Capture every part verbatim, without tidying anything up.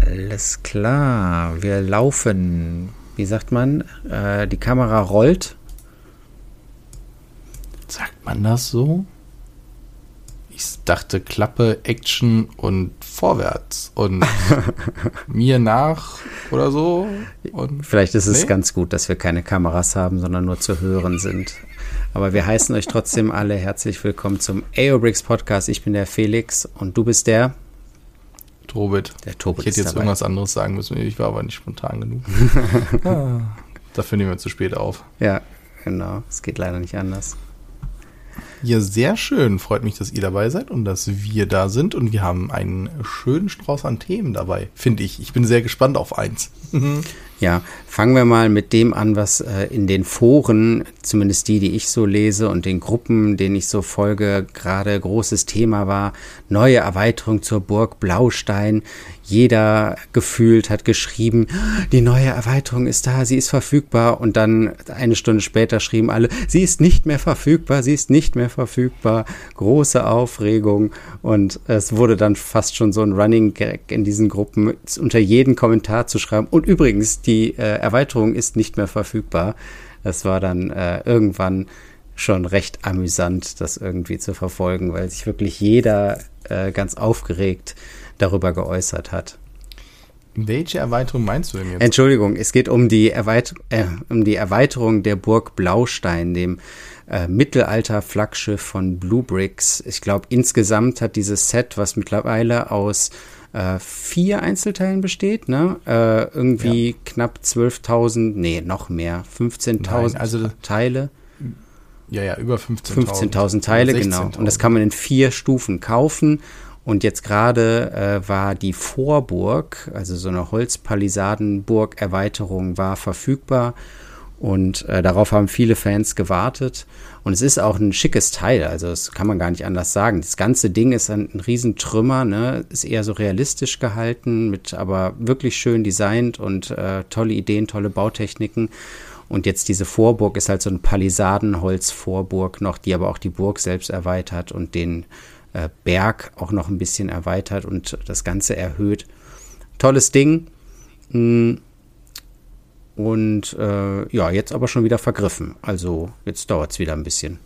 Alles klar, wir laufen. Wie sagt man? Äh, die Kamera rollt. Sagt man das so? Ich dachte Klappe, Action und vorwärts und mir nach oder so. Und Vielleicht ist es nee? ganz gut, dass wir keine Kameras haben, sondern nur zu hören sind. Aber wir heißen euch trotzdem alle herzlich willkommen zum Aobricks Podcast. Ich bin der Felix und du bist der Tobit. Der Tobit ich hätte ist jetzt dabei. irgendwas anderes sagen müssen. Ich war aber nicht spontan genug. ah, dafür nehmen wir zu spät auf. Ja, genau. Es geht leider nicht anders. Ja, sehr schön. Freut mich, dass ihr dabei seid und dass wir da sind. Und wir haben einen schönen Strauß an Themen dabei, finde ich. Ich bin sehr gespannt auf eins. Ja, fangen wir mal mit dem an, was äh, in den Foren, zumindest die, die ich so lese und den Gruppen, denen ich so folge, gerade großes Thema war. Neue Erweiterung zur Burg Blaustein. Jeder gefühlt hat geschrieben, die neue Erweiterung ist da, sie ist verfügbar. Und dann eine Stunde später schrieben alle, sie ist nicht mehr verfügbar, sie ist nicht mehr verfügbar. Große Aufregung. Und es wurde dann fast schon so ein Running Gag in diesen Gruppen, unter jeden Kommentar zu schreiben. Und übrigens, die äh, Erweiterung ist nicht mehr verfügbar. Das war dann äh, irgendwann schon recht amüsant, das irgendwie zu verfolgen, weil sich wirklich jeder äh, ganz aufgeregt darüber geäußert hat. Welche Erweiterung meinst du denn jetzt? Entschuldigung, es geht um die, Erweit- äh, um die Erweiterung der Burg Blaustein, dem äh, Mittelalter-Flaggschiff von Bluebricks. Ich glaube, insgesamt hat dieses Set, was mittlerweile aus äh, vier Einzelteilen besteht, ne? Äh, irgendwie ja. knapp zwölftausend, nee, noch mehr, fünfzehntausend also, Teile. Ja, ja, über fünfzehntausend. fünfzehntausend Teile, genau. Und das kann man in vier Stufen kaufen. Und jetzt gerade äh, war die Vorburg, also so eine Holzpalisadenburg-Erweiterung, war verfügbar. Und äh, darauf haben viele Fans gewartet. Und es ist auch ein schickes Teil, also das kann man gar nicht anders sagen. Das ganze Ding ist ein, ein Riesentrümmer, ne? Ist eher so realistisch gehalten, mit aber wirklich schön designt und äh, tolle Ideen, tolle Bautechniken. Und jetzt diese Vorburg ist halt so ein Palisadenholz-Vorburg noch, die aber auch die Burg selbst erweitert und den äh, Berg auch noch ein bisschen erweitert und das Ganze erhöht. Tolles Ding. Und äh, ja, jetzt aber schon wieder vergriffen. Also jetzt dauert es wieder ein bisschen.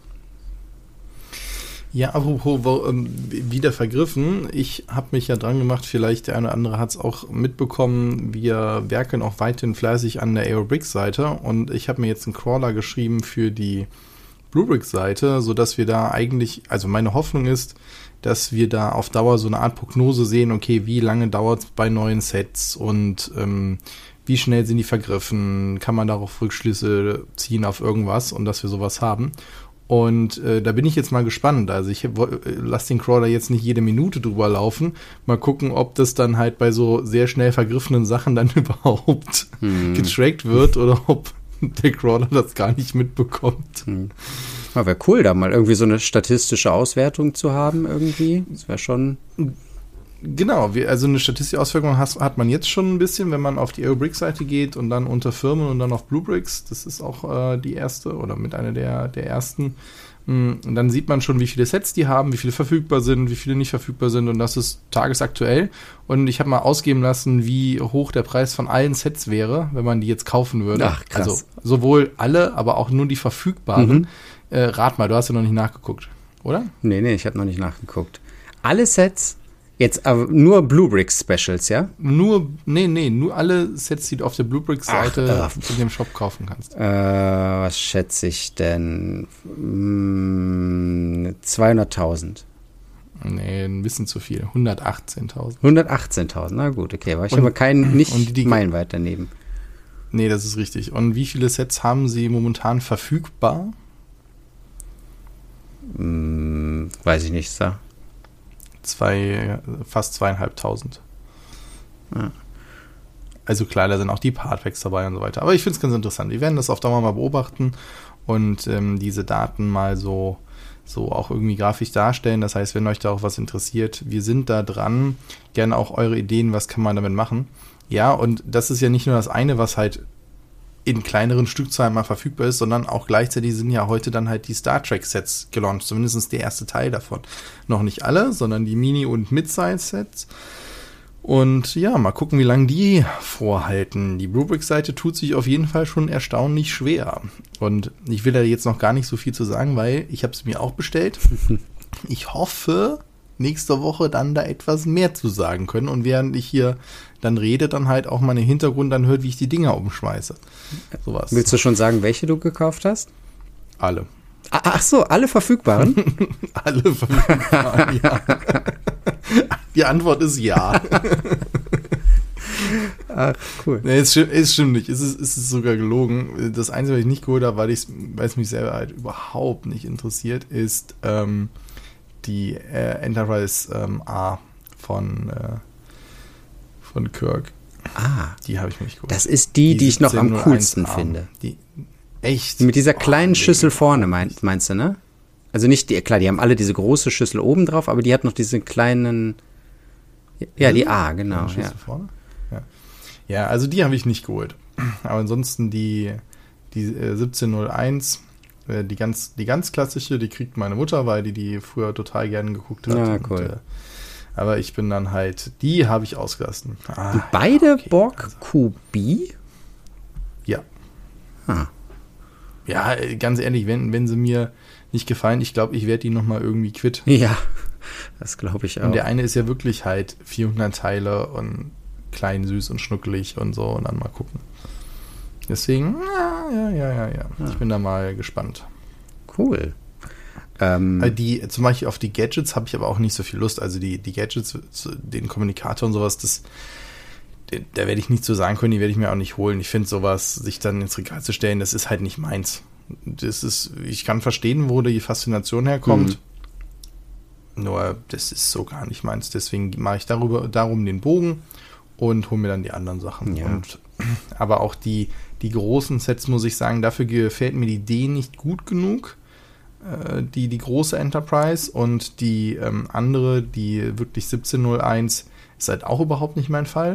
Ja, apropos wo, ähm, wieder vergriffen. Ich habe mich ja dran gemacht, vielleicht der eine oder andere hat es auch mitbekommen. Wir werkeln auch weiterhin fleißig an der Aobricks-Seite und ich habe mir jetzt einen Crawler geschrieben für die Bluebricks-Seite, sodass wir da eigentlich, also meine Hoffnung ist, dass wir da auf Dauer so eine Art Prognose sehen, okay, wie lange dauert es bei neuen Sets und ähm, wie schnell sind die vergriffen, kann man darauf Rückschlüsse ziehen auf irgendwas und dass wir sowas haben. Und äh, da bin ich jetzt mal gespannt. Also ich äh, lasse den Crawler jetzt nicht jede Minute drüber laufen. Mal gucken, ob das dann halt bei so sehr schnell vergriffenen Sachen dann überhaupt hm. getrackt wird oder ob der Crawler das gar nicht mitbekommt. Hm. Ja, wäre cool, da mal irgendwie so eine statistische Auswertung zu haben irgendwie. Das wäre schon... Genau, wir, also eine statistische Auswirkung hat, hat man jetzt schon ein bisschen, wenn man auf die Aobricks-Seite geht und dann unter Firmen und dann auf Bluebricks. Das ist auch äh, die erste oder mit einer der, der ersten. Und dann sieht man schon, wie viele Sets die haben, wie viele verfügbar sind, wie viele nicht verfügbar sind und das ist tagesaktuell. Und ich habe mal ausgeben lassen, wie hoch der Preis von allen Sets wäre, wenn man die jetzt kaufen würde. Ach, krass. Also sowohl alle, aber auch nur die verfügbaren. Mhm. Äh, rat mal, du hast ja noch nicht nachgeguckt, oder? Nee, nee, ich habe noch nicht nachgeguckt. Alle Sets... Jetzt aber nur Bluebricks Specials, ja? Nur, nee, nee, nur alle Sets, die du auf der Bluebricks-Seite Ach, in dem Shop kaufen kannst. Äh, was schätze ich denn? Hm, zweihunderttausend. Nee, ein bisschen zu viel. hundertachtzehntausend. hundertachtzehntausend, na gut, okay. War ich und, aber kein, nicht und die, meilenweit daneben. Nee, das ist richtig. Und wie viele Sets haben sie momentan verfügbar? Hm, weiß ich nicht, so. Zwei, fast zweieinhalbtausend. Ja. Also klar, da sind auch die Partpacks dabei und so weiter. Aber ich finde es ganz interessant. Wir werden das auf Dauer mal beobachten und ähm, diese Daten mal so, so auch irgendwie grafisch darstellen. Das heißt, wenn euch da auch was interessiert, wir sind da dran. Gerne auch eure Ideen, was kann man damit machen. Ja, und das ist ja nicht nur das eine, was halt in kleineren Stückzahlen mal verfügbar ist, sondern auch gleichzeitig sind ja heute dann halt die Star Trek Sets gelauncht, zumindest der erste Teil davon. Noch nicht alle, sondern die Mini- und Mid-Size Sets. Und ja, mal gucken, wie lange die vorhalten. Die Bluebricks-Seite tut sich auf jeden Fall schon erstaunlich schwer. Und ich will da jetzt noch gar nicht so viel zu sagen, weil ich habe es mir auch bestellt. Ich hoffe, nächste Woche dann da etwas mehr zu sagen können. Und während ich hier dann rede, dann halt auch mal im Hintergrund dann hört, wie ich die Dinger umschmeiße. Sowas. Willst du schon sagen, welche du gekauft hast? Alle. Ach so, alle verfügbaren? Alle verfügbaren, ja. Die Antwort ist ja. Ach, cool. Nee, es stimmt, es stimmt nicht. Es ist, es ist sogar gelogen. Das Einzige, was ich nicht geholt habe, weil, weil es mich selber halt überhaupt nicht interessiert, ist ähm, die äh, Enterprise ähm, A von, äh, von Kirk. Ah. Die habe ich mir nicht geholt. Das ist die, die, die ich noch am coolsten A. finde. Die, echt? Mit dieser kleinen oh, Schüssel vorne, meinst, meinst du, ne? Also nicht die, klar, die haben alle diese große Schüssel oben drauf, aber die hat noch diese kleinen, ja, die A, genau. Schüssel Ja. vorne? Ja. Ja, also die habe ich nicht geholt. Aber ansonsten die, die äh, siebzehn null eins, äh, die ganz, die ganz klassische, die kriegt meine Mutter, weil die die früher total gerne geguckt hat. Ja, und, cool. Äh, aber ich bin dann halt, die habe ich ausgelassen. Ah, Und beide ja, okay. Borg Q B? Ja. Ah. Ja, äh, ganz ehrlich, wenn, wenn sie mir nicht gefallen, ich glaube, ich werde die nochmal irgendwie quitt. Ja, das glaube ich auch. Und der eine ist ja wirklich halt vierhundert Teile und klein, süß und schnuckelig und so und dann mal gucken. Deswegen, ja, ja, ja, ja, ja. Ja. Ich bin da mal gespannt. Cool. Ähm, Also die, zum Beispiel auf die Gadgets habe ich aber auch nicht so viel Lust. Also die, die Gadgets, den Kommunikator und sowas, das, da werde ich nichts zu sagen können, die werde ich mir auch nicht holen. Ich finde sowas, sich dann ins Regal zu stellen, das ist halt nicht meins. Das ist, ich kann verstehen, wo die Faszination herkommt. Mhm. Nur, das ist so gar nicht meins. Deswegen mache ich darüber, darum den Bogen und hole mir dann die anderen Sachen. Ja. Und, aber auch die, die großen Sets, muss ich sagen, dafür gefällt mir die Idee nicht gut genug. Äh, die, die große Enterprise und die ähm, andere, die wirklich siebzehn null eins, ist halt auch überhaupt nicht mein Fall.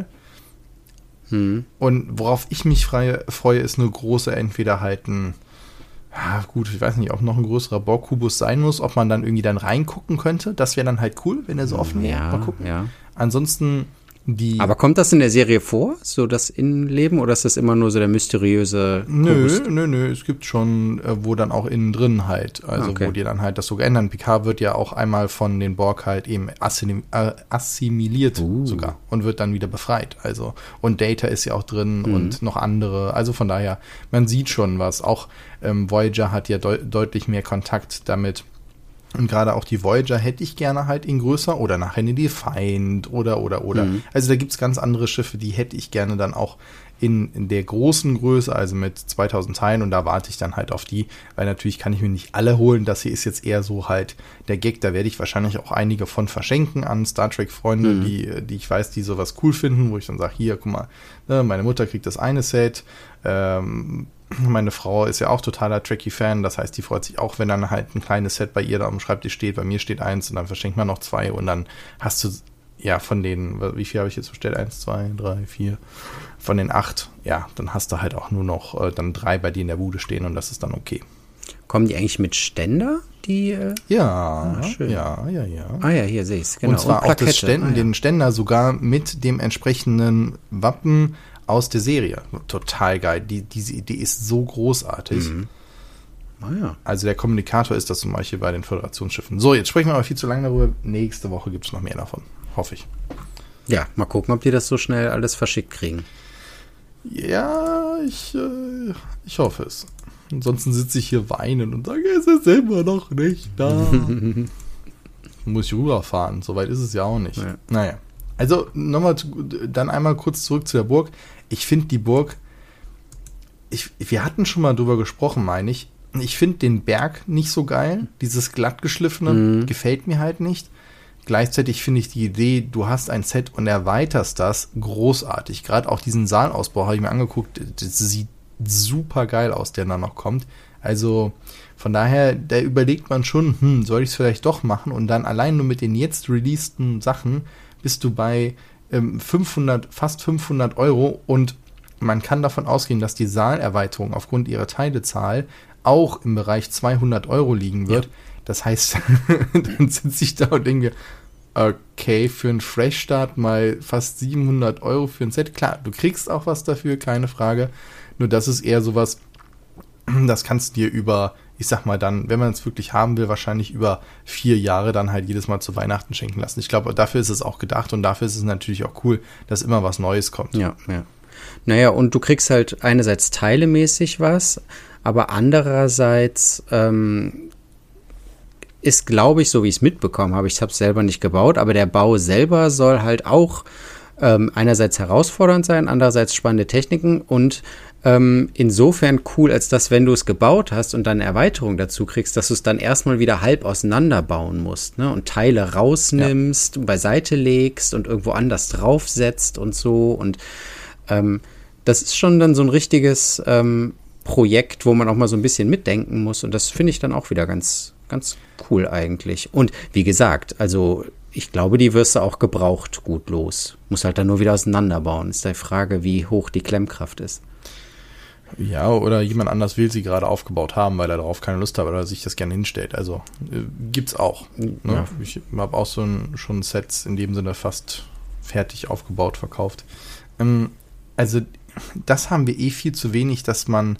hm. Und worauf ich mich freue, freue, ist eine große, entweder halt ein, ja gut, ich weiß nicht, ob noch ein größerer Borg-Kubus sein muss, ob man dann irgendwie dann reingucken könnte. Das wäre dann halt cool, wenn er so offen wäre. Ja, Mal gucken. ja. Ansonsten die... Aber kommt das in der Serie vor, so das Innenleben, oder ist das immer nur so der mysteriöse Nö, Kubus? nö, nö, es gibt schon, äh, wo dann auch innen drin halt, also Okay. wo die dann halt das so geändert. Picard wird ja auch einmal von den Borg halt eben assim, äh, assimiliert Uh. sogar und wird dann wieder befreit. Also und Data ist ja auch drin Mhm. und noch andere. Also von daher, man sieht schon was. Auch ähm, Voyager hat ja deu- deutlich mehr Kontakt damit. Und gerade auch die Voyager hätte ich gerne halt in größer oder nachher eine Defiant oder, oder, oder. Mhm. Also da gibt es ganz andere Schiffe, die hätte ich gerne dann auch in, in der großen Größe, also mit zweitausend Teilen. Und da warte ich dann halt auf die, weil natürlich kann ich mir nicht alle holen. Das hier ist jetzt eher so halt der Gag. Da werde ich wahrscheinlich auch einige von verschenken an Star Trek-Freunde, Mhm. die, die ich weiß, die sowas cool finden, wo ich dann sage, hier, guck mal, ne, meine Mutter kriegt das eine Set, ähm, meine Frau ist ja auch totaler Trekkie-Fan, das heißt, die freut sich auch, wenn dann halt ein kleines Set bei ihr da am Schreibtisch steht, bei mir steht eins und dann verschenkt man noch zwei und dann hast du, ja, von den, wie viel habe ich jetzt bestellt? Eins, zwei, drei, vier, von den acht, ja, dann hast du halt auch nur noch äh, dann drei bei dir in der Bude stehen und das ist dann okay. Kommen die eigentlich mit Ständer, die? Äh? Ja, Ah, schön. ja, ja, ja. Ah ja, hier sehe ich es, genau. Und zwar auch Plakette. das Ständen, Ah, ja. den Ständer sogar mit dem entsprechenden Wappen aus der Serie. Total geil. Die, diese Idee ist so großartig. Mhm. Ah ja. Also der Kommunikator ist das zum Beispiel bei den Föderationsschiffen. So, jetzt sprechen wir aber viel zu lange darüber. Nächste Woche gibt es noch mehr davon. Hoffe ich. Ja, mal gucken, ob die das so schnell alles verschickt kriegen. Ja, ich, äh, ich hoffe es. Ansonsten sitze ich hier weinen und sage, es ist immer noch nicht da. Muss ich rüberfahren. Soweit ist es ja auch nicht. Ja. Naja. Also nochmal, dann einmal kurz zurück zu der Burg. Ich finde die Burg, ich, wir hatten schon mal drüber gesprochen, meine ich. Ich finde den Berg nicht so geil. Dieses glattgeschliffene Mhm. gefällt mir halt nicht. Gleichzeitig finde ich die Idee, du hast ein Set und erweiterst das, großartig. Gerade auch diesen Saalausbau habe ich mir angeguckt. Das sieht super geil aus, der da noch kommt. Also von daher, da überlegt man schon, hm, soll ich es vielleicht doch machen? Und dann allein nur mit den jetzt releaseden Sachen bist du bei ähm, fünfhundert, fast fünfhundert Euro und man kann davon ausgehen, dass die Saalerweiterung aufgrund ihrer Teilezahl auch im Bereich zweihundert Euro liegen wird. Ja. Das heißt, dann sitze ich da und denke mir, okay, für einen Fresh-Start mal fast siebenhundert Euro für ein Set. Klar, du kriegst auch was dafür, keine Frage. Nur das ist eher sowas, das kannst du dir über, ich sag mal dann, wenn man es wirklich haben will, wahrscheinlich über vier Jahre dann halt jedes Mal zu Weihnachten schenken lassen. Ich glaube, dafür ist es auch gedacht und dafür ist es natürlich auch cool, dass immer was Neues kommt. Ja, ja. Naja, und du kriegst halt einerseits teilemäßig was, aber andererseits ähm, ist, glaube ich, so wie ich es mitbekommen habe, ich habe es selber nicht gebaut, aber der Bau selber soll halt auch ähm, einerseits herausfordernd sein, andererseits spannende Techniken und ähm, insofern cool, als dass, wenn du es gebaut hast und dann eine Erweiterung dazu kriegst, dass du es dann erstmal wieder halb auseinanderbauen musst, ne? Und Teile rausnimmst, ja. beiseite legst und irgendwo anders draufsetzt und so und ähm, das ist schon dann so ein richtiges ähm, Projekt, wo man auch mal so ein bisschen mitdenken muss und das finde ich dann auch wieder ganz, ganz cool eigentlich. Und wie gesagt, also ich glaube, die wirst du auch gebraucht gut los. Muss halt dann nur wieder auseinanderbauen. Ist die Frage, wie hoch die Klemmkraft ist. Ja, oder jemand anders will sie gerade aufgebaut haben, weil er darauf keine Lust hat oder sich das gerne hinstellt. Also äh, gibt's auch. Ne? Ja. Ich habe auch so ein, schon Sets in dem Sinne fast fertig aufgebaut verkauft. Ähm, also das haben wir eh viel zu wenig, dass man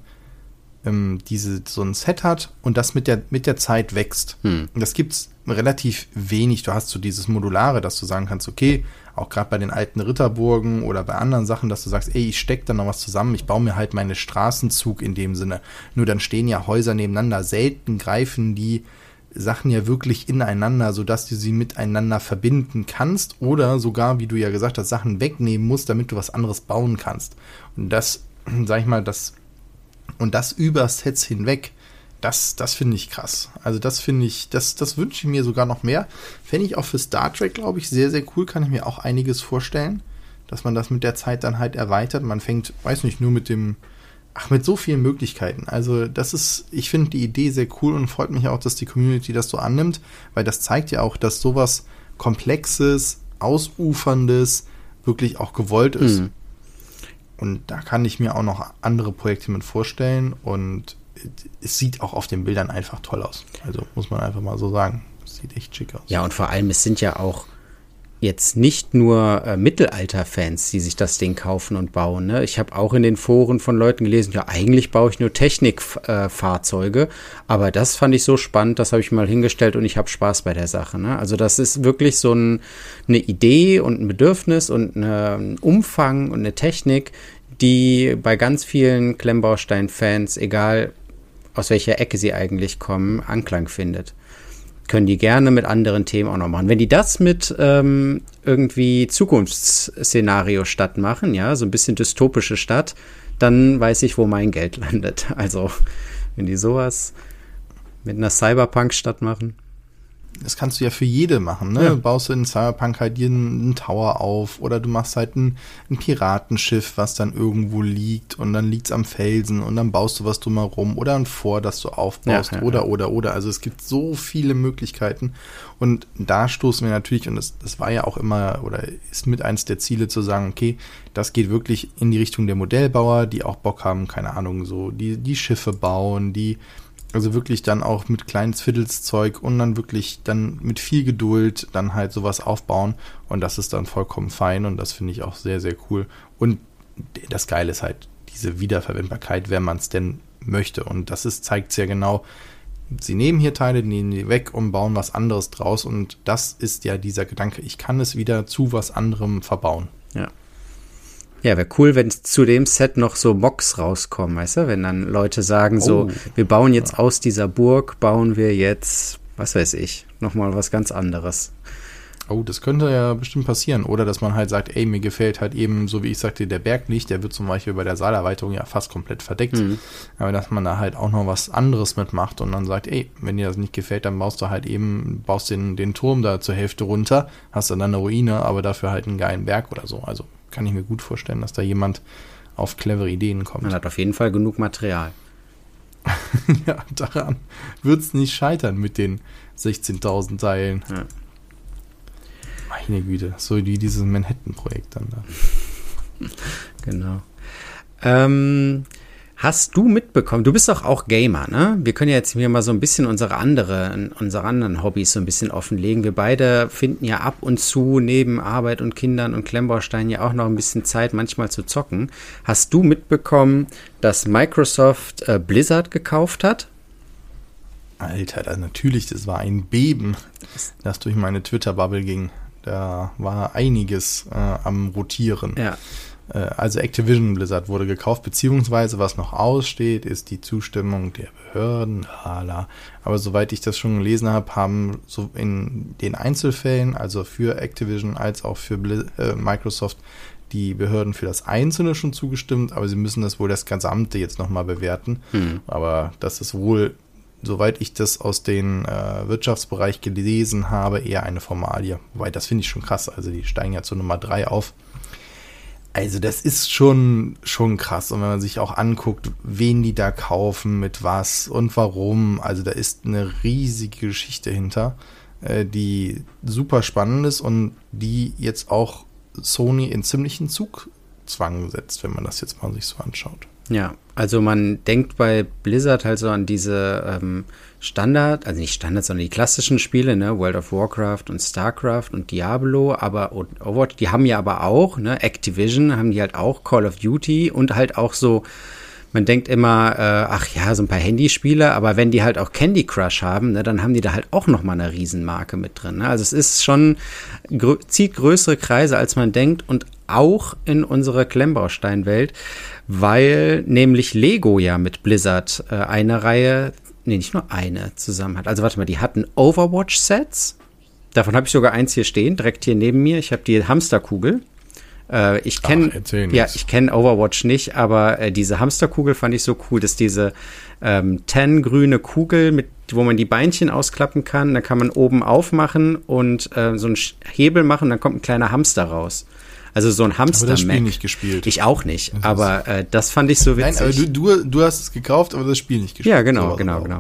ähm, diese so ein Set hat und das mit der mit der Zeit wächst. Hm. Das gibt's relativ wenig. Du hast so dieses Modulare, dass du sagen kannst, okay, auch gerade bei den alten Ritterburgen oder bei anderen Sachen, dass du sagst, ey, ich stecke da noch was zusammen, ich baue mir halt meine Straßenzug in dem Sinne. Nur dann stehen ja Häuser nebeneinander. Selten greifen die Sachen ja wirklich ineinander, sodass du sie miteinander verbinden kannst oder sogar, wie du ja gesagt hast, Sachen wegnehmen musst, damit du was anderes bauen kannst. Und das, sag ich mal, das und das über Sets hinweg, das, das finde ich krass. Also das finde ich, das, das wünsche ich mir sogar noch mehr. Fände ich auch für Star Trek, glaube ich, sehr, sehr cool. Kann ich mir auch einiges vorstellen, dass man das mit der Zeit dann halt erweitert. Man fängt, weiß nicht, nur mit dem, ach, mit so vielen Möglichkeiten. Also das ist, ich finde die Idee sehr cool und freut mich auch, dass die Community das so annimmt, weil das zeigt ja auch, dass sowas Komplexes, Ausuferndes wirklich auch gewollt ist. Mhm. Und da kann ich mir auch noch andere Projekte mit vorstellen und es sieht auch auf den Bildern einfach toll aus. Also muss man einfach mal so sagen. Es sieht echt schick aus. Ja, und vor allem, es sind ja auch jetzt nicht nur äh, Mittelalter-Fans, die sich das Ding kaufen und bauen. Ne? Ich habe auch in den Foren von Leuten gelesen, ja, eigentlich baue ich nur Technikfahrzeuge, äh, aber das fand ich so spannend, das habe ich mal hingestellt und ich habe Spaß bei der Sache. Ne? Also das ist wirklich so ein, eine Idee und ein Bedürfnis und eine, ein Umfang und eine Technik, die bei ganz vielen Klemmbaustein-Fans, egal aus welcher Ecke sie eigentlich kommen, Anklang findet. Können die gerne mit anderen Themen auch noch machen. Wenn die das mit ähm, irgendwie Zukunftsszenario Stadt machen, ja, so ein bisschen dystopische Stadt, dann weiß ich, wo mein Geld landet. Also, wenn die sowas mit einer Cyberpunk-Stadt machen. Das kannst du ja für jede machen, ne? Ja. Baust du in Cyberpunk halt dir einen Tower auf oder du machst halt ein, ein Piratenschiff, was dann irgendwo liegt und dann liegt's am Felsen und dann baust du was drumherum oder ein Fort, das du aufbaust ja, ja, oder, ja. oder, oder. Also es gibt so viele Möglichkeiten und da stoßen wir natürlich, und das, das war ja auch immer oder ist mit eins der Ziele zu sagen, okay, das geht wirklich in die Richtung der Modellbauer, die auch Bock haben, keine Ahnung, so die, die Schiffe bauen, die also wirklich dann auch mit kleines Fiddelszeug und dann wirklich dann mit viel Geduld dann halt sowas aufbauen und das ist dann vollkommen fein und das finde ich auch sehr, sehr cool. Und das Geile ist halt diese Wiederverwendbarkeit, wenn man es denn möchte und das ist, zeigt es ja genau, sie nehmen hier Teile, nehmen die weg und bauen was anderes draus und das ist ja dieser Gedanke, ich kann es wieder zu was anderem verbauen. Ja. Ja, wäre cool, wenn zu dem Set noch so Mocks rauskommen, weißt du? Wenn dann Leute sagen so, oh, wir bauen jetzt ja. aus dieser Burg, bauen wir jetzt, was weiß ich, nochmal was ganz anderes. Oh, das könnte ja bestimmt passieren. Oder dass man halt sagt, ey, mir gefällt halt eben, so wie ich sagte, der Berg nicht, der wird zum Beispiel bei der Saalerweiterung ja fast komplett verdeckt. Mhm. Aber dass man da halt auch noch was anderes mitmacht und dann sagt, ey, wenn dir das nicht gefällt, dann baust du halt eben, baust den, den Turm da zur Hälfte runter, hast dann eine Ruine, aber dafür halt einen geilen Berg oder so. Also kann ich mir gut vorstellen, dass da jemand auf clevere Ideen kommt. Man hat auf jeden Fall genug Material. Ja, daran wird es nicht scheitern mit den sechzehntausend Teilen. Ja. Meine Güte, so wie dieses Manhattan-Projekt dann da. Genau. Ähm, Hast du mitbekommen, du bist doch auch Gamer, ne? Wir können ja jetzt hier mal so ein bisschen unsere andere, unsere anderen Hobbys so ein bisschen offenlegen. Wir beide finden ja ab und zu neben Arbeit und Kindern und Klemmbausteinen ja auch noch ein bisschen Zeit, manchmal zu zocken. Hast du mitbekommen, dass Microsoft äh, Blizzard gekauft hat? Alter, das, natürlich, das war ein Beben, das durch meine Twitter-Bubble ging. Da war einiges äh, am Rotieren. Ja. Also Activision Blizzard wurde gekauft, beziehungsweise was noch aussteht, ist die Zustimmung der Behörden. Lala. Aber soweit ich das schon gelesen habe, haben so in den Einzelfällen, also für Activision als auch für Blizz- äh, Microsoft, die Behörden für das Einzelne schon zugestimmt, aber sie müssen das wohl das Gesamte jetzt nochmal bewerten. Hm. Aber das ist wohl, soweit ich das aus dem äh, Wirtschaftsbereich gelesen habe, eher eine Formalie. Wobei, das finde ich schon krass. Also die steigen ja zu Nummer drei auf. Also das ist schon, schon krass. Und wenn man sich auch anguckt, wen die da kaufen, mit was und warum, also da ist eine riesige Geschichte hinter, äh, die super spannend ist und die jetzt auch Sony in ziemlichen Zugzwang setzt, wenn man das jetzt mal sich so anschaut. Ja, also man denkt bei Blizzard halt so an diese ähm, Standard, also nicht Standard, sondern die klassischen Spiele, ne, World of Warcraft und StarCraft und Diablo, aber und Overwatch, die haben ja aber auch, ne, Activision haben die halt auch, Call of Duty und halt auch so, man denkt immer, äh, ach ja, so ein paar Handyspiele, aber wenn die halt auch Candy Crush haben, ne, dann haben die da halt auch nochmal eine Riesenmarke mit drin, ne? Also es ist schon, grö- zieht größere Kreise, als man denkt und auch in unsere Klemmbaustein-Welt, weil nämlich Lego ja mit Blizzard äh, eine Reihe, nee, nicht nur eine zusammen hat. Also warte mal, die hatten Overwatch-Sets. Davon habe ich sogar eins hier stehen, direkt hier neben mir. Ich habe die Hamsterkugel. Äh, ich kenne ja, ich kenne Overwatch nicht, aber äh, diese Hamsterkugel fand ich so cool, dass diese ähm, tan grüne Kugel, mit wo man die Beinchen ausklappen kann, da kann man oben aufmachen und äh, so einen Hebel machen, dann kommt ein kleiner Hamster raus. Also so ein Hamster-Mac. Aber das Spiel nicht gespielt. Ich auch nicht, aber äh, das fand ich so witzig. Nein, aber du, du, du hast es gekauft, aber das Spiel nicht gespielt. Ja, genau, so genau, genau.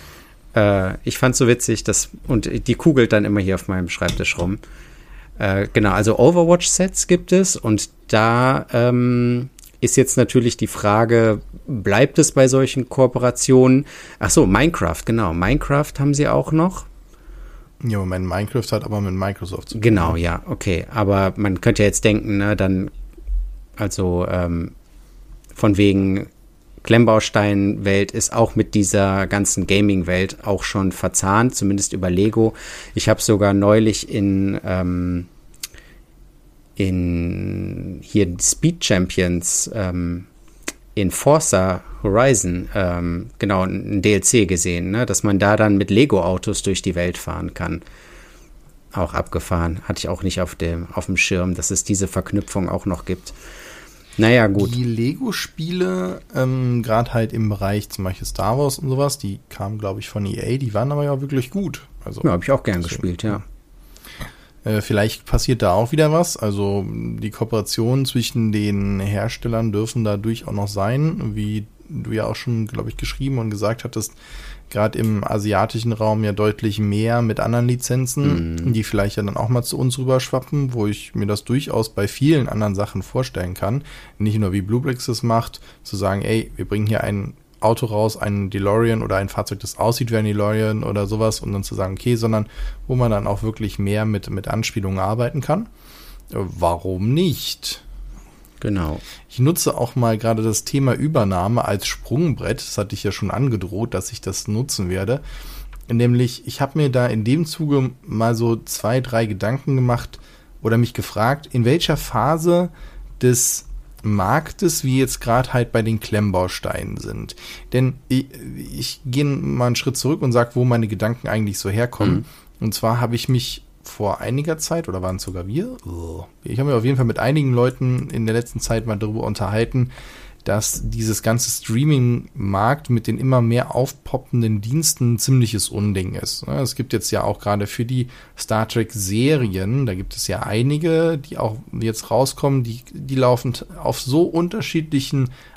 Äh, ich fand es so witzig, dass, und die kugelt dann immer hier auf meinem Schreibtisch rum. Äh, genau, also Overwatch-Sets gibt es und da ähm, ist jetzt natürlich die Frage, bleibt es bei solchen Kooperationen? Ach so, Minecraft, genau. Minecraft haben sie auch noch. Ja, Moment, Minecraft hat aber mit Microsoft zu tun. Genau, ja, okay. Aber man könnte ja jetzt denken, ne, dann, also ähm, von wegen Klemmbaustein-Welt ist auch mit dieser ganzen Gaming-Welt auch schon verzahnt, zumindest über Lego. Ich habe sogar neulich in, ähm, in hier Speed Champions ähm, in Forza Horizon, ähm, genau, ein D L C gesehen, ne, dass man da dann mit Lego-Autos durch die Welt fahren kann. Auch abgefahren. Hatte ich auch nicht auf dem, auf dem Schirm, dass es diese Verknüpfung auch noch gibt. Naja, gut. Die Lego-Spiele, ähm, gerade halt im Bereich zum Beispiel Star Wars und sowas, die kamen, glaube ich, von E A, die waren aber ja wirklich gut. Also, ja, habe ich auch gern so, gespielt, ja. Äh, vielleicht passiert da auch wieder was. Also die Kooperationen zwischen den Herstellern dürfen da durchaus noch sein, wie du ja auch schon, glaube ich, geschrieben und gesagt hattest, gerade im asiatischen Raum ja deutlich mehr mit anderen Lizenzen, mm. die vielleicht ja dann auch mal zu uns rüberschwappen, wo ich mir das durchaus bei vielen anderen Sachen vorstellen kann. Nicht nur wie Bluebricks das macht, zu sagen, ey, wir bringen hier ein Auto raus, einen DeLorean oder ein Fahrzeug, das aussieht wie ein DeLorean oder sowas und dann zu sagen, okay, sondern wo man dann auch wirklich mehr mit, mit Anspielungen arbeiten kann. Warum nicht? Genau. Ich nutze auch mal gerade das Thema Übernahme als Sprungbrett. Das hatte ich ja schon angedroht, dass ich das nutzen werde. Nämlich, ich habe mir da in dem Zuge mal so zwei, drei Gedanken gemacht oder mich gefragt, in welcher Phase des Marktes wir jetzt gerade halt bei den Klemmbausteinen sind. Denn ich, ich gehe mal einen Schritt zurück und sage, wo meine Gedanken eigentlich so herkommen. Mhm. Und zwar habe ich mich vor einiger Zeit, oder waren es sogar wir? Ich habe mich auf jeden Fall mit einigen Leuten in der letzten Zeit mal darüber unterhalten, dass dieses ganze Streaming-Markt mit den immer mehr aufpoppenden Diensten ein ziemliches Unding ist. Es gibt jetzt ja auch gerade für die Star Trek-Serien, da gibt es ja einige, die auch jetzt rauskommen, die, die laufen auf so unterschiedlichen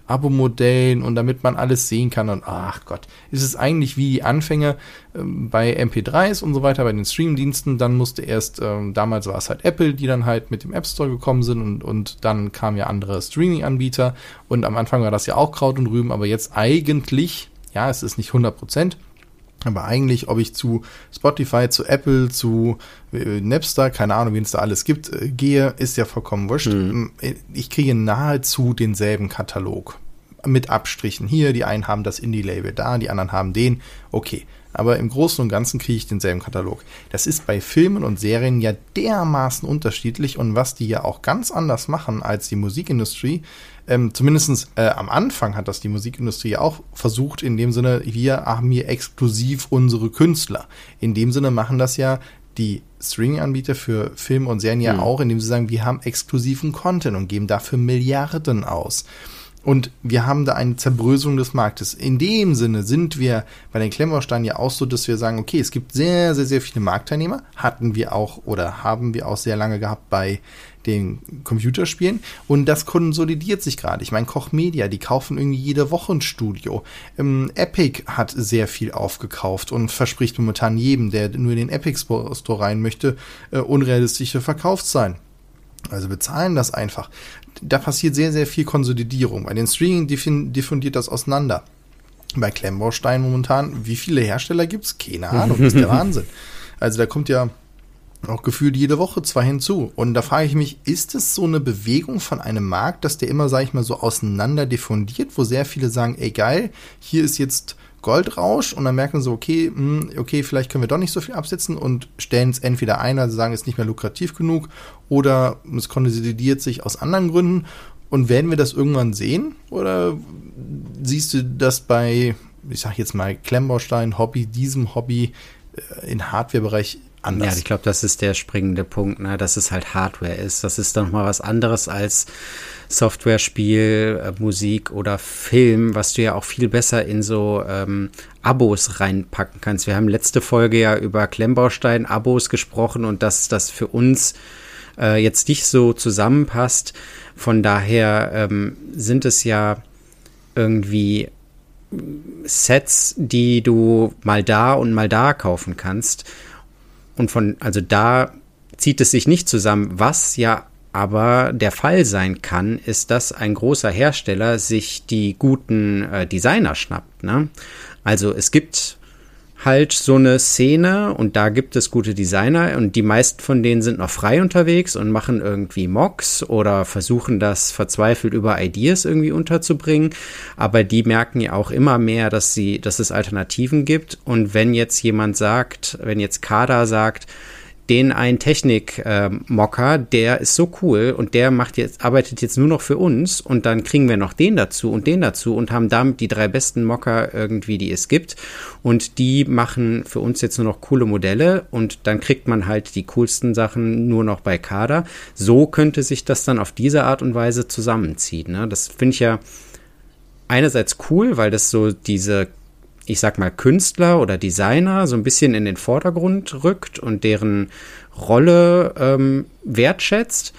Abo-Modellen und damit man alles sehen kann und ach Gott, ist es eigentlich wie die Anfänge ähm, bei M P dreis und so weiter, bei den Streamingdiensten, dann musste erst, ähm, damals war es halt Apple, die dann halt mit dem App Store gekommen sind und, und dann kamen ja andere Streaming-Anbieter und am Anfang war das ja auch Kraut und Rüben, aber jetzt eigentlich, ja, es ist nicht hundert Prozent, aber eigentlich, ob ich zu Spotify, zu Apple, zu äh, Napster, keine Ahnung, wen es da alles gibt, äh, gehe, ist ja vollkommen wurscht. Mhm. Ich kriege nahezu denselben Katalog. Mit Abstrichen. Hier, die einen haben das Indie-Label da, die anderen haben den. Okay. Aber im Großen und Ganzen kriege ich denselben Katalog. Das ist bei Filmen und Serien ja dermaßen unterschiedlich und was die ja auch ganz anders machen als die Musikindustrie, ähm, zumindest äh, am Anfang hat das die Musikindustrie auch versucht, in dem Sinne, wir haben hier exklusiv unsere Künstler. In dem Sinne machen das ja die Streaming-Anbieter für Filme und Serien ja mhm. auch, indem sie sagen, wir haben exklusiven Content und geben dafür Milliarden aus. Und wir haben da eine Zerbröselung des Marktes. In dem Sinne sind wir bei den Klemmbausteinen ja auch so, dass wir sagen, okay, es gibt sehr, sehr, sehr viele Marktteilnehmer. Hatten wir auch oder haben wir auch sehr lange gehabt bei den Computerspielen. Und das konsolidiert sich gerade. Ich meine, Koch Media, die kaufen irgendwie jede Woche ein Studio. Ähm, Epic hat sehr viel aufgekauft und verspricht momentan jedem, der nur in den Epic Store rein möchte, äh, unrealistische Verkaufszahlen. Also bezahlen das einfach. Da passiert sehr, sehr viel Konsolidierung. Bei den Streaming diffundiert das auseinander. Bei Klemmbaustein momentan, wie viele Hersteller gibt's? Keine Ahnung, das ist der Wahnsinn. Also da kommt ja auch gefühlt jede Woche zwei hinzu. Und da frage ich mich, ist es so eine Bewegung von einem Markt, dass der immer, sage ich mal, so auseinander diffundiert, wo sehr viele sagen, ey geil, hier ist jetzt Goldrausch und dann merken sie, okay, mh, okay, vielleicht können wir doch nicht so viel absetzen und stellen es entweder ein, also sagen, es ist nicht mehr lukrativ genug oder es konsolidiert sich aus anderen Gründen und werden wir das irgendwann sehen oder siehst du das bei, ich sag jetzt mal, Klemmbaustein, Hobby, diesem Hobby äh, im Hardware-Bereich anders? Ja, ich glaube, das ist der springende Punkt, ne? Dass es halt Hardware ist. Das ist dann nochmal was anderes als Software, Spiel, äh, Musik oder Film, was du ja auch viel besser in so ähm, Abos reinpacken kannst. Wir haben letzte Folge ja über Klemmbaustein-Abos gesprochen und dass das für uns äh, jetzt nicht so zusammenpasst. Von daher ähm, sind es ja irgendwie Sets, die du mal da und mal da kaufen kannst. Und von, also da zieht es sich nicht zusammen. Was ja aber der Fall sein kann, ist, dass ein großer Hersteller sich die guten äh, Designer schnappt, ne? Also es gibt halt so eine Szene und da gibt es gute Designer und die meisten von denen sind noch frei unterwegs und machen irgendwie Mocks oder versuchen das verzweifelt über Ideas irgendwie unterzubringen, aber die merken ja auch immer mehr, dass sie, dass es Alternativen gibt und wenn jetzt jemand sagt, wenn jetzt Kada sagt, den ein Technik-Mocker, äh, der ist so cool und der macht jetzt, arbeitet jetzt nur noch für uns und dann kriegen wir noch den dazu und den dazu und haben damit die drei besten Mocker irgendwie, die es gibt und die machen für uns jetzt nur noch coole Modelle und dann kriegt man halt die coolsten Sachen nur noch bei Kada. So könnte sich das dann auf diese Art und Weise zusammenziehen, ne? Das finde ich ja einerseits cool, weil das so diese, ich sag mal, Künstler oder Designer so ein bisschen in den Vordergrund rückt und deren Rolle ähm, wertschätzt.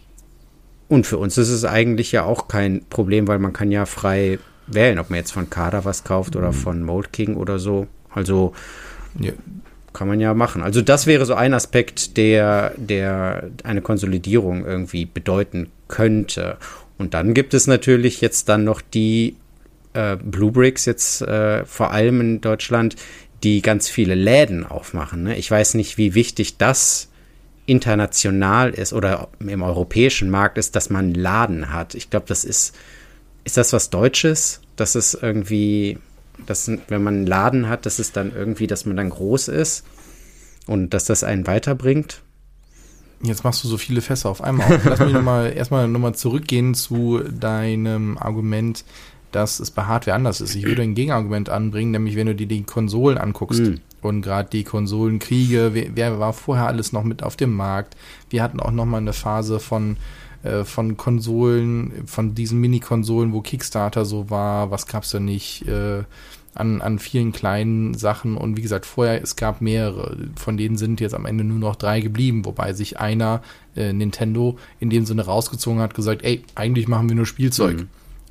Und für uns ist es eigentlich ja auch kein Problem, weil man kann ja frei wählen, ob man jetzt von Kada was kauft oder von Mold King oder so. Also ja, kann man ja machen. Also das wäre so ein Aspekt, der, der eine Konsolidierung irgendwie bedeuten könnte. Und dann gibt es natürlich jetzt dann noch die Äh, Bluebricks jetzt äh, vor allem in Deutschland, die ganz viele Läden aufmachen. Ne? Ich weiß nicht, wie wichtig das international ist oder im europäischen Markt ist, dass man einen Laden hat. Ich glaube, das ist, ist das was Deutsches? Das ist irgendwie, dass, wenn man einen Laden hat, dass es dann irgendwie, dass man dann groß ist und dass das einen weiterbringt. Jetzt machst du so viele Fässer auf einmal auf. Lass mich noch mal, erstmal nochmal zurückgehen zu deinem Argument, dass es bei Hardware anders ist. Ich würde ein Gegenargument anbringen, nämlich wenn du dir die Konsolen anguckst mm. und gerade die Konsolenkriege, wer, wer war vorher alles noch mit auf dem Markt? Wir hatten auch noch mal eine Phase von äh, von Konsolen, von diesen Mini-Konsolen, wo Kickstarter so war, was gab's da nicht, äh, an, an vielen kleinen Sachen und wie gesagt, vorher, es gab mehrere, von denen sind jetzt am Ende nur noch drei geblieben, wobei sich einer, äh, Nintendo, in dem Sinne rausgezogen hat, gesagt, ey, eigentlich machen wir nur Spielzeug. Mm.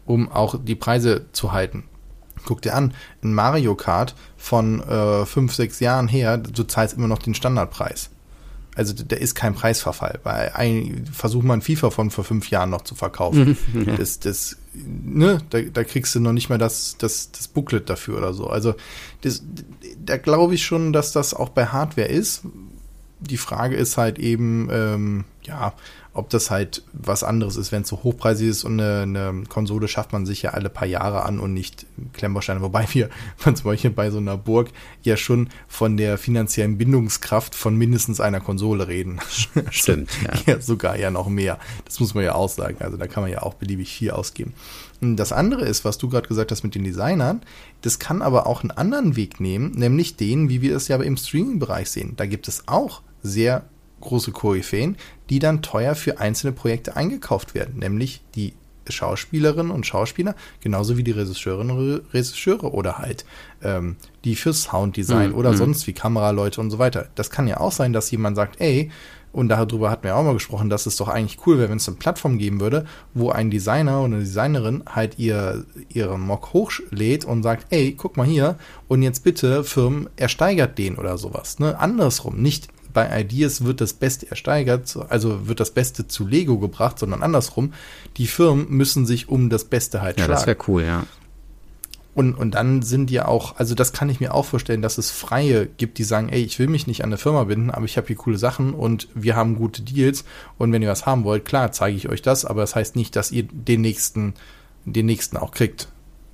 um auch die Preise zu halten. Guck dir an, ein Mario Kart von äh, fünf, sechs Jahren her, du zahlst immer noch den Standardpreis. Also da ist kein Preisverfall, weil ein, versuch mal ein FIFA von vor fünf Jahren noch zu verkaufen. Ja. Das, das, ne, da, da kriegst du noch nicht mal das, das, das Booklet dafür oder so. Also das, da glaube ich schon, dass das auch bei Hardware ist. Die Frage ist halt eben, ähm, ja, ob das halt was anderes ist, wenn es so hochpreisig ist, und eine, eine Konsole schafft man sich ja alle paar Jahre an und nicht Klemmbausteine. Wobei wir zum Beispiel bei so einer Burg ja schon von der finanziellen Bindungskraft von mindestens einer Konsole reden. Stimmt, ja. Ja, sogar ja noch mehr. Das muss man ja auch sagen. Also da kann man ja auch beliebig viel ausgeben. Und das andere ist, was du gerade gesagt hast mit den Designern, das kann aber auch einen anderen Weg nehmen, nämlich den, wie wir es ja im Streaming-Bereich sehen. Da gibt es auch sehr große Koryphäen, die dann teuer für einzelne Projekte eingekauft werden, nämlich die Schauspielerinnen und Schauspieler, genauso wie die Regisseurinnen und Regisseure oder halt ähm, die für Sounddesign mm, oder mm. sonst wie Kameraleute und so weiter. Das kann ja auch sein, dass jemand sagt, ey, und darüber hatten wir auch mal gesprochen, dass es doch eigentlich cool wäre, wenn es eine Plattform geben würde, wo ein Designer oder eine Designerin halt ihr ihren Mock hochlädt und sagt, ey, guck mal hier, und jetzt bitte Firmen, ersteigert den oder sowas. Ne? Andersrum, nicht bei Ideas wird das Beste ersteigert, also wird das Beste zu Lego gebracht, sondern andersrum, die Firmen müssen sich um das Beste halt ja, schlagen. Ja, das wäre cool, ja. Und, und dann sind ja auch, also das kann ich mir auch vorstellen, dass es Freie gibt, die sagen, ey, ich will mich nicht an eine Firma binden, aber ich habe hier coole Sachen und wir haben gute Deals, und wenn ihr was haben wollt, klar, zeige ich euch das, aber das heißt nicht, dass ihr den nächsten, den nächsten auch kriegt.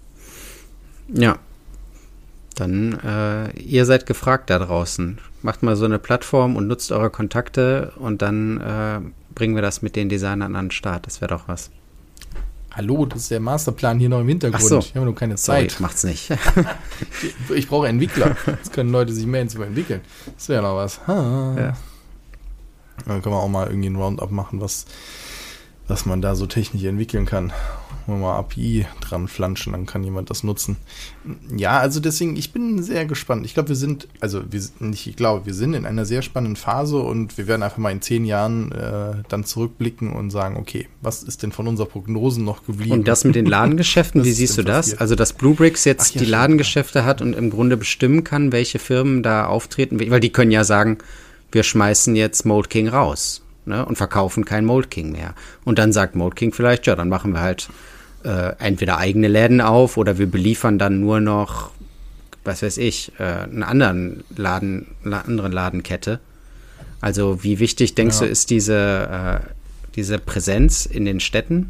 Ja. Dann, äh, ihr seid gefragt da draußen. Macht mal so eine Plattform und nutzt eure Kontakte, und dann äh, bringen wir das mit den Designern an den Start. Das wäre doch was. Hallo, das ist der Masterplan hier noch im Hintergrund. Ach so. Ich habe nur keine Zeit. Sorry, macht's nicht. ich, ich brauche Entwickler. Jetzt können Leute sich melden zum Entwickeln. Das wäre noch was. Ha. Ja. Dann können wir auch mal irgendwie ein Roundup machen, was, was man da so technisch entwickeln kann. Wenn wir mal A P I dran flanschen, dann kann jemand das nutzen. Ja, also deswegen, ich bin sehr gespannt. Ich glaube, wir sind, also wir nicht, ich glaube, wir sind in einer sehr spannenden Phase, und wir werden einfach mal in zehn Jahren äh, dann zurückblicken und sagen, okay, was ist denn von unserer Prognosen noch geblieben? Und das mit den Ladengeschäften, wie siehst du das? Passiert? Also, dass Bluebricks jetzt Ach, ja, die Ladengeschäfte ja. hat und im Grunde bestimmen kann, welche Firmen da auftreten, weil die können ja sagen, wir schmeißen jetzt Mold King raus, ne, und verkaufen kein Mold King mehr. Und dann sagt Mold King vielleicht, ja, dann machen wir halt Äh, entweder eigene Läden auf, oder wir beliefern dann nur noch, was weiß ich, äh, einen anderen Laden, eine andere Ladenkette. Also wie wichtig, denkst ja. du, ist diese, äh, diese Präsenz in den Städten?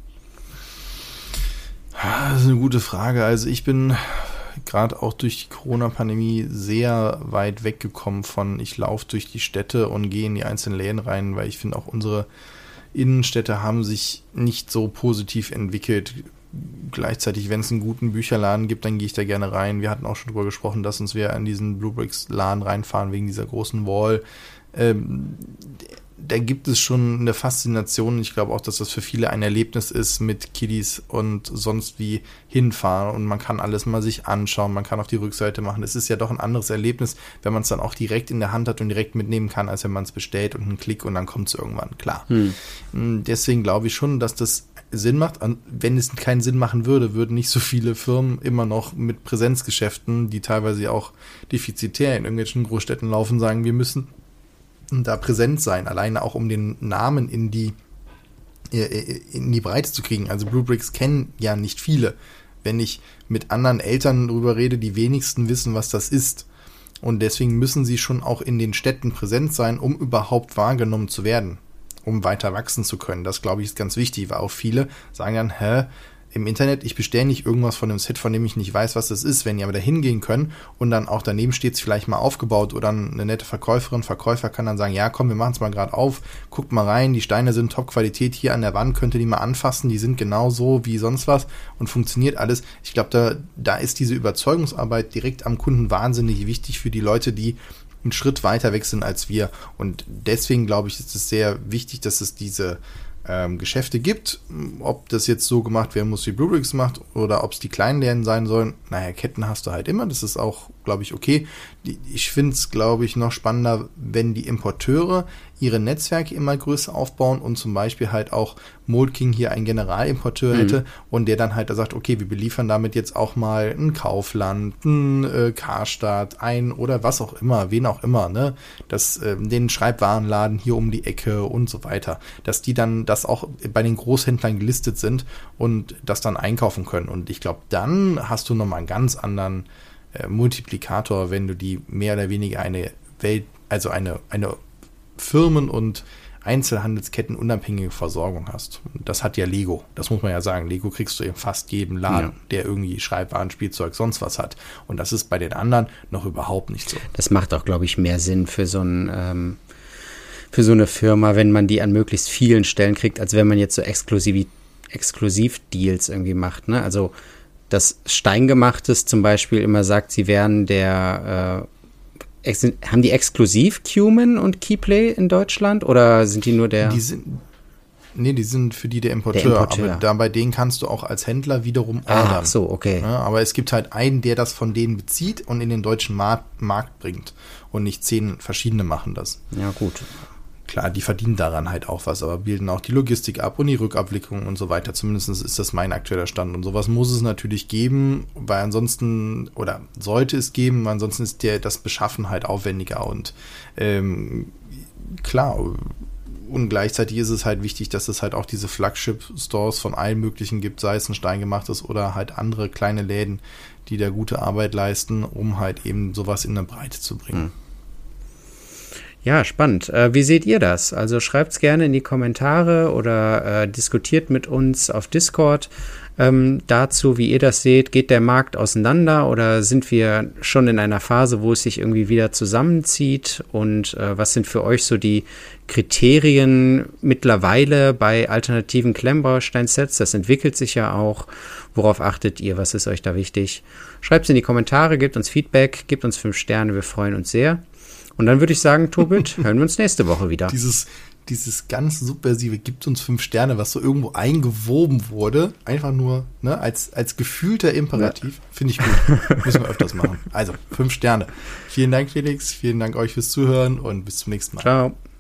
Das ist eine gute Frage. Also ich bin gerade auch durch die Corona-Pandemie sehr weit weggekommen von, ich laufe durch die Städte und gehe in die einzelnen Läden rein, weil ich finde, auch unsere Innenstädte haben sich nicht so positiv entwickelt. Gleichzeitig, wenn es einen guten Bücherladen gibt, dann gehe ich da gerne rein. Wir hatten auch schon drüber gesprochen, dass uns wir an diesen Bluebricks-Laden reinfahren wegen dieser großen Wall. Ähm, da gibt es schon eine Faszination. Ich glaube auch, dass das für viele ein Erlebnis ist, mit Kiddies und sonst wie hinfahren, und man kann alles mal sich anschauen, man kann auf die Rückseite machen. Es ist ja doch ein anderes Erlebnis, wenn man es dann auch direkt in der Hand hat und direkt mitnehmen kann, als wenn man es bestellt und einen Klick und dann kommt es irgendwann, klar. Hm. Deswegen glaube ich schon, dass das Sinn macht. Wenn es keinen Sinn machen würde, würden nicht so viele Firmen immer noch mit Präsenzgeschäften, die teilweise auch defizitär in irgendwelchen Großstädten laufen, sagen, wir müssen da präsent sein, alleine auch um den Namen in die in die Breite zu kriegen. Also Bluebricks kennen ja nicht viele. Wenn ich mit anderen Eltern darüber rede, die wenigsten wissen, was das ist. Und deswegen müssen sie schon auch in den Städten präsent sein, um überhaupt wahrgenommen zu werden, um weiter wachsen zu können. Das, glaube ich, ist ganz wichtig, weil auch viele sagen dann, hä, im Internet, ich bestelle nicht irgendwas von einem Set, von dem ich nicht weiß, was das ist. Wenn die aber da hingehen können und dann auch daneben steht es vielleicht mal aufgebaut, oder eine nette Verkäuferin, Verkäufer kann dann sagen, ja komm, wir machen es mal gerade auf, guckt mal rein, die Steine sind Top-Qualität, hier an der Wand könnt ihr die mal anfassen, die sind genau so wie sonst was und funktioniert alles. Ich glaube, da, da ist diese Überzeugungsarbeit direkt am Kunden wahnsinnig wichtig für die Leute, die einen Schritt weiter weg sind als wir. Und deswegen glaube ich, ist es sehr wichtig, dass es diese Ähm, Geschäfte gibt. Ob das jetzt so gemacht werden muss, wie Bluebricks macht, oder ob es die kleinen Läden sein sollen. Naja, Ketten hast du halt immer, das ist auch glaube ich, okay. Die, ich finde es, glaube ich, noch spannender, wenn die Importeure ihre Netzwerke immer größer aufbauen und zum Beispiel halt auch Moltking hier einen Generalimporteur mhm. hätte und der dann halt da sagt, okay, wir beliefern damit jetzt auch mal ein Kaufland, ein äh, Karstadt, ein oder was auch immer, wen auch immer, ne, das, äh, den Schreibwarenladen hier um die Ecke und so weiter, dass die dann das auch bei den Großhändlern gelistet sind und das dann einkaufen können. Und ich glaube, dann hast du nochmal einen ganz anderen äh, Multiplikator, wenn du die mehr oder weniger eine Welt, also eine, eine Firmen- und Einzelhandelsketten unabhängige Versorgung hast. Und das hat ja Lego. Das muss man ja sagen. Lego kriegst du in fast jedem Laden, ja. der irgendwie Schreibwaren, Spielzeug, sonst was hat. Und das ist bei den anderen noch überhaupt nicht so. Das macht auch, glaube ich, mehr Sinn für so ein ähm, für so eine Firma, wenn man die an möglichst vielen Stellen kriegt, als wenn man jetzt so Exklusiv- Exklusiv-Deals irgendwie macht. Ne? Also dass Steingemachtes zum Beispiel immer sagt, sie wären der äh, Ex- haben die exklusiv Cuman und Keyplay in Deutschland oder sind die nur der? Die sind, nee, die sind für die der Importeur, der Importeur. Aber da bei denen kannst du auch als Händler wiederum ordern. Ach so, okay. Ja, aber es gibt halt einen, der das von denen bezieht und in den deutschen Markt, Markt bringt und nicht zehn verschiedene machen das. Ja, gut. Klar, die verdienen daran halt auch was, aber bilden auch die Logistik ab und die Rückabwicklung und so weiter. Zumindest ist das mein aktueller Stand. Und sowas muss es natürlich geben, weil ansonsten, oder sollte es geben, weil ansonsten ist der, das Beschaffen halt aufwendiger. Und ähm, klar, und gleichzeitig ist es halt wichtig, dass es halt auch diese Flagship-Stores von allen möglichen gibt, sei es ein Steingemachtes oder halt andere kleine Läden, die da gute Arbeit leisten, um halt eben sowas in eine Breite zu bringen. Hm. Ja, spannend. Äh, wie seht ihr das? Also schreibt's gerne in die Kommentare oder äh, diskutiert mit uns auf Discord ähm, dazu, wie ihr das seht. Geht der Markt auseinander oder sind wir schon in einer Phase, wo es sich irgendwie wieder zusammenzieht? Und äh, was sind für euch so die Kriterien mittlerweile bei alternativen Klemmbausteinsets? Das entwickelt sich ja auch. Worauf achtet ihr? Was ist euch da wichtig? Schreibt's in die Kommentare, gebt uns Feedback, gebt uns fünf Sterne, wir freuen uns sehr. Und dann würde ich sagen, Tobit, hören wir uns nächste Woche wieder. Dieses, dieses ganz subversive gibt uns fünf Sterne, was so irgendwo eingewoben wurde, einfach nur ne, als, als gefühlter Imperativ, ja. Finde ich gut. Müssen wir öfters machen. Also, fünf Sterne. Vielen Dank, Felix. Vielen Dank euch fürs Zuhören und bis zum nächsten Mal. Ciao.